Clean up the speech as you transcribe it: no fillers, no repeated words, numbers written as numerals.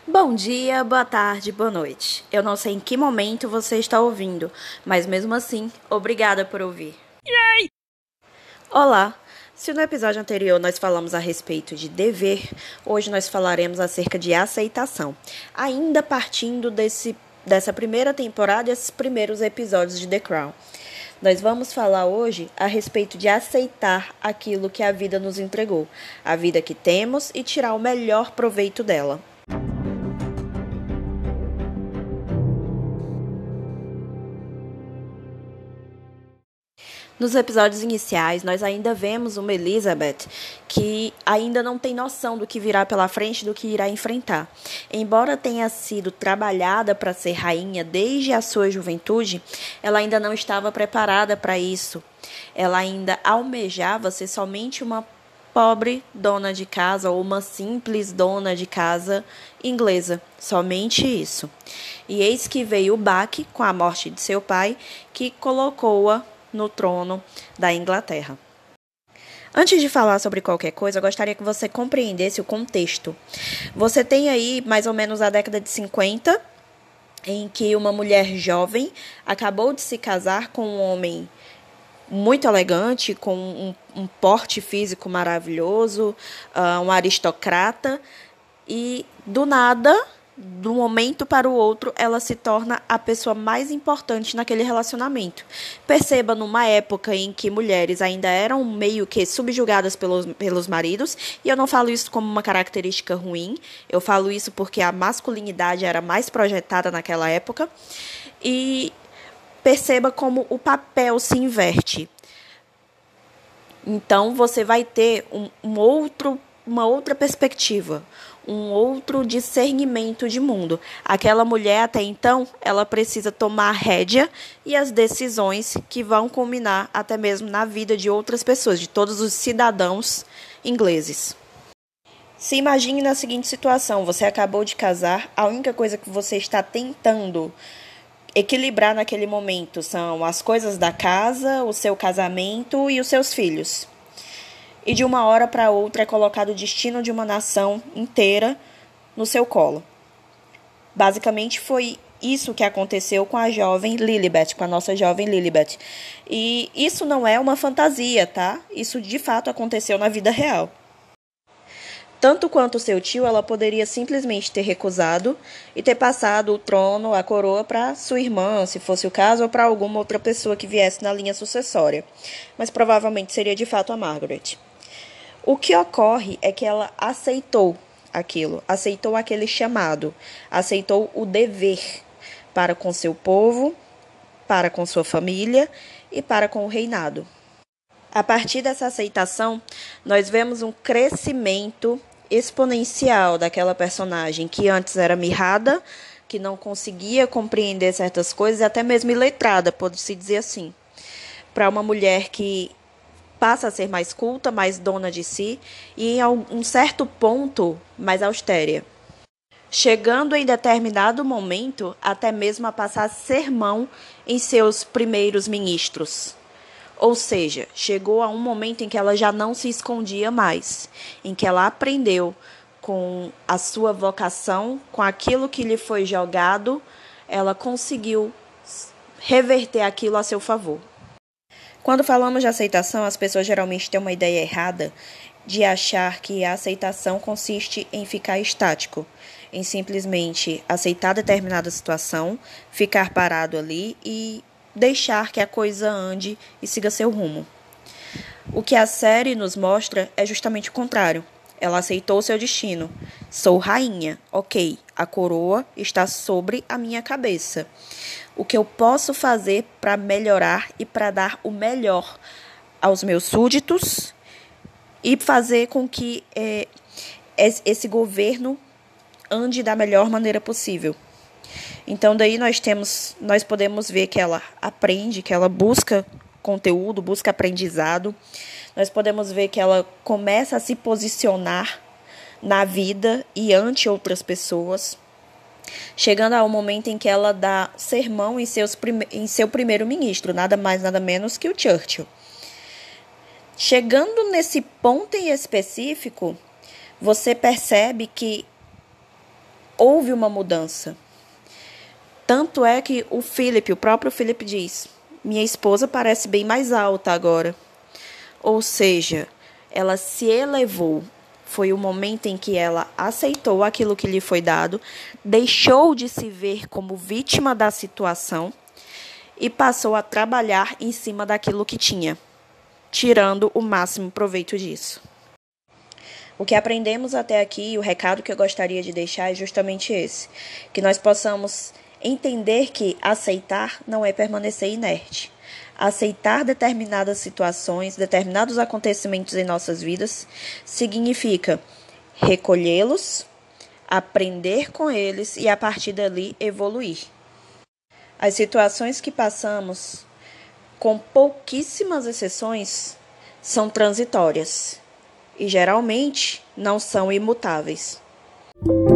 Bom dia, boa tarde, boa noite. Eu não sei em que momento você está ouvindo, mas mesmo assim, obrigada por ouvir. Yay! Olá! Se no episódio anterior nós falamos a respeito de dever, hoje nós falaremos acerca de aceitação, ainda partindo dessa primeira temporada e esses primeiros episódios de The Crown. Nós vamos falar hoje a respeito de aceitar aquilo que a vida nos entregou, a vida que temos e tirar o melhor proveito dela. Nos episódios iniciais, nós ainda vemos uma Elizabeth que ainda não tem noção do que virá pela frente, do que irá enfrentar. Embora tenha sido trabalhada para ser rainha desde a sua juventude, ela ainda não estava preparada para isso. Ela ainda almejava ser somente uma pobre dona de casa ou uma simples dona de casa inglesa, somente isso. E eis que veio o baque com a morte de seu pai, que colocou-a no trono da Inglaterra. Antes de falar sobre qualquer coisa, eu gostaria que você compreendesse o contexto. Você tem aí mais ou menos a década de 50, em que uma mulher jovem acabou de se casar com um homem muito elegante, com um porte físico maravilhoso, um aristocrata, e do nada, de um momento para o outro, ela se torna a pessoa mais importante naquele relacionamento. Perceba, numa época em que mulheres ainda eram meio que subjugadas pelos maridos, e eu não falo isso como uma característica ruim, eu falo isso porque a masculinidade era mais projetada naquela época, e perceba como o papel se inverte. Então, você vai ter uma outra perspectiva, um outro discernimento de mundo. Aquela mulher, até então, ela precisa tomar a rédea e as decisões que vão culminar até mesmo na vida de outras pessoas, de todos os cidadãos ingleses. Se imagine na seguinte situação: você acabou de casar, a única coisa que você está tentando equilibrar naquele momento são as coisas da casa, o seu casamento e os seus filhos. E de uma hora para outra é colocado o destino de uma nação inteira no seu colo. Basicamente foi isso que aconteceu com a jovem Lilibet, com a nossa jovem Lilibet. E isso não é uma fantasia, tá? Isso de fato aconteceu na vida real. Tanto quanto seu tio, ela poderia simplesmente ter recusado e ter passado o trono, a coroa, para sua irmã, se fosse o caso, ou para alguma outra pessoa que viesse na linha sucessória. Mas provavelmente seria de fato a Margaret. O que ocorre é que ela aceitou aquilo, aceitou aquele chamado, aceitou o dever para com seu povo, para com sua família e para com o reinado. A partir dessa aceitação, nós vemos um crescimento exponencial daquela personagem que antes era mirrada, que não conseguia compreender certas coisas, e até mesmo iletrada, pode-se dizer assim, para uma mulher que passa a ser mais culta, mais dona de si e, em um certo ponto, mais austera. Chegando em determinado momento, até mesmo a passar sermão em seus primeiros ministros. Ou seja, chegou a um momento em que ela já não se escondia mais, em que ela aprendeu com a sua vocação, com aquilo que lhe foi jogado, ela conseguiu reverter aquilo a seu favor. Quando falamos de aceitação, as pessoas geralmente têm uma ideia errada de achar que a aceitação consiste em ficar estático, em simplesmente aceitar determinada situação, ficar parado ali e deixar que a coisa ande e siga seu rumo. O que a série nos mostra é justamente o contrário. Ela aceitou seu destino. Sou rainha, ok, a coroa está sobre a minha cabeça. O que eu posso fazer para melhorar e para dar o melhor aos meus súditos e fazer com que esse governo ande da melhor maneira possível. Então, daí nós podemos ver que ela aprende, que ela busca conteúdo, busca aprendizado. Nós podemos ver que ela começa a se posicionar na vida e ante outras pessoas, chegando ao momento em que ela dá sermão em seu primeiro-ministro, nada mais, nada menos que o Churchill. Chegando nesse ponto em específico, você percebe que houve uma mudança. Tanto é que o próprio Philip diz: minha esposa parece bem mais alta agora. Ou seja, ela se elevou. Foi o momento em que ela aceitou aquilo que lhe foi dado, deixou de se ver como vítima da situação e passou a trabalhar em cima daquilo que tinha, tirando o máximo proveito disso. O que aprendemos até aqui, o recado que eu gostaria de deixar é justamente esse: que nós possamos entender que aceitar não é permanecer inerte. Aceitar determinadas situações, determinados acontecimentos em nossas vidas, significa recolhê-los, aprender com eles e, a partir dali, evoluir. As situações que passamos, com pouquíssimas exceções, são transitórias e, geralmente, não são imutáveis.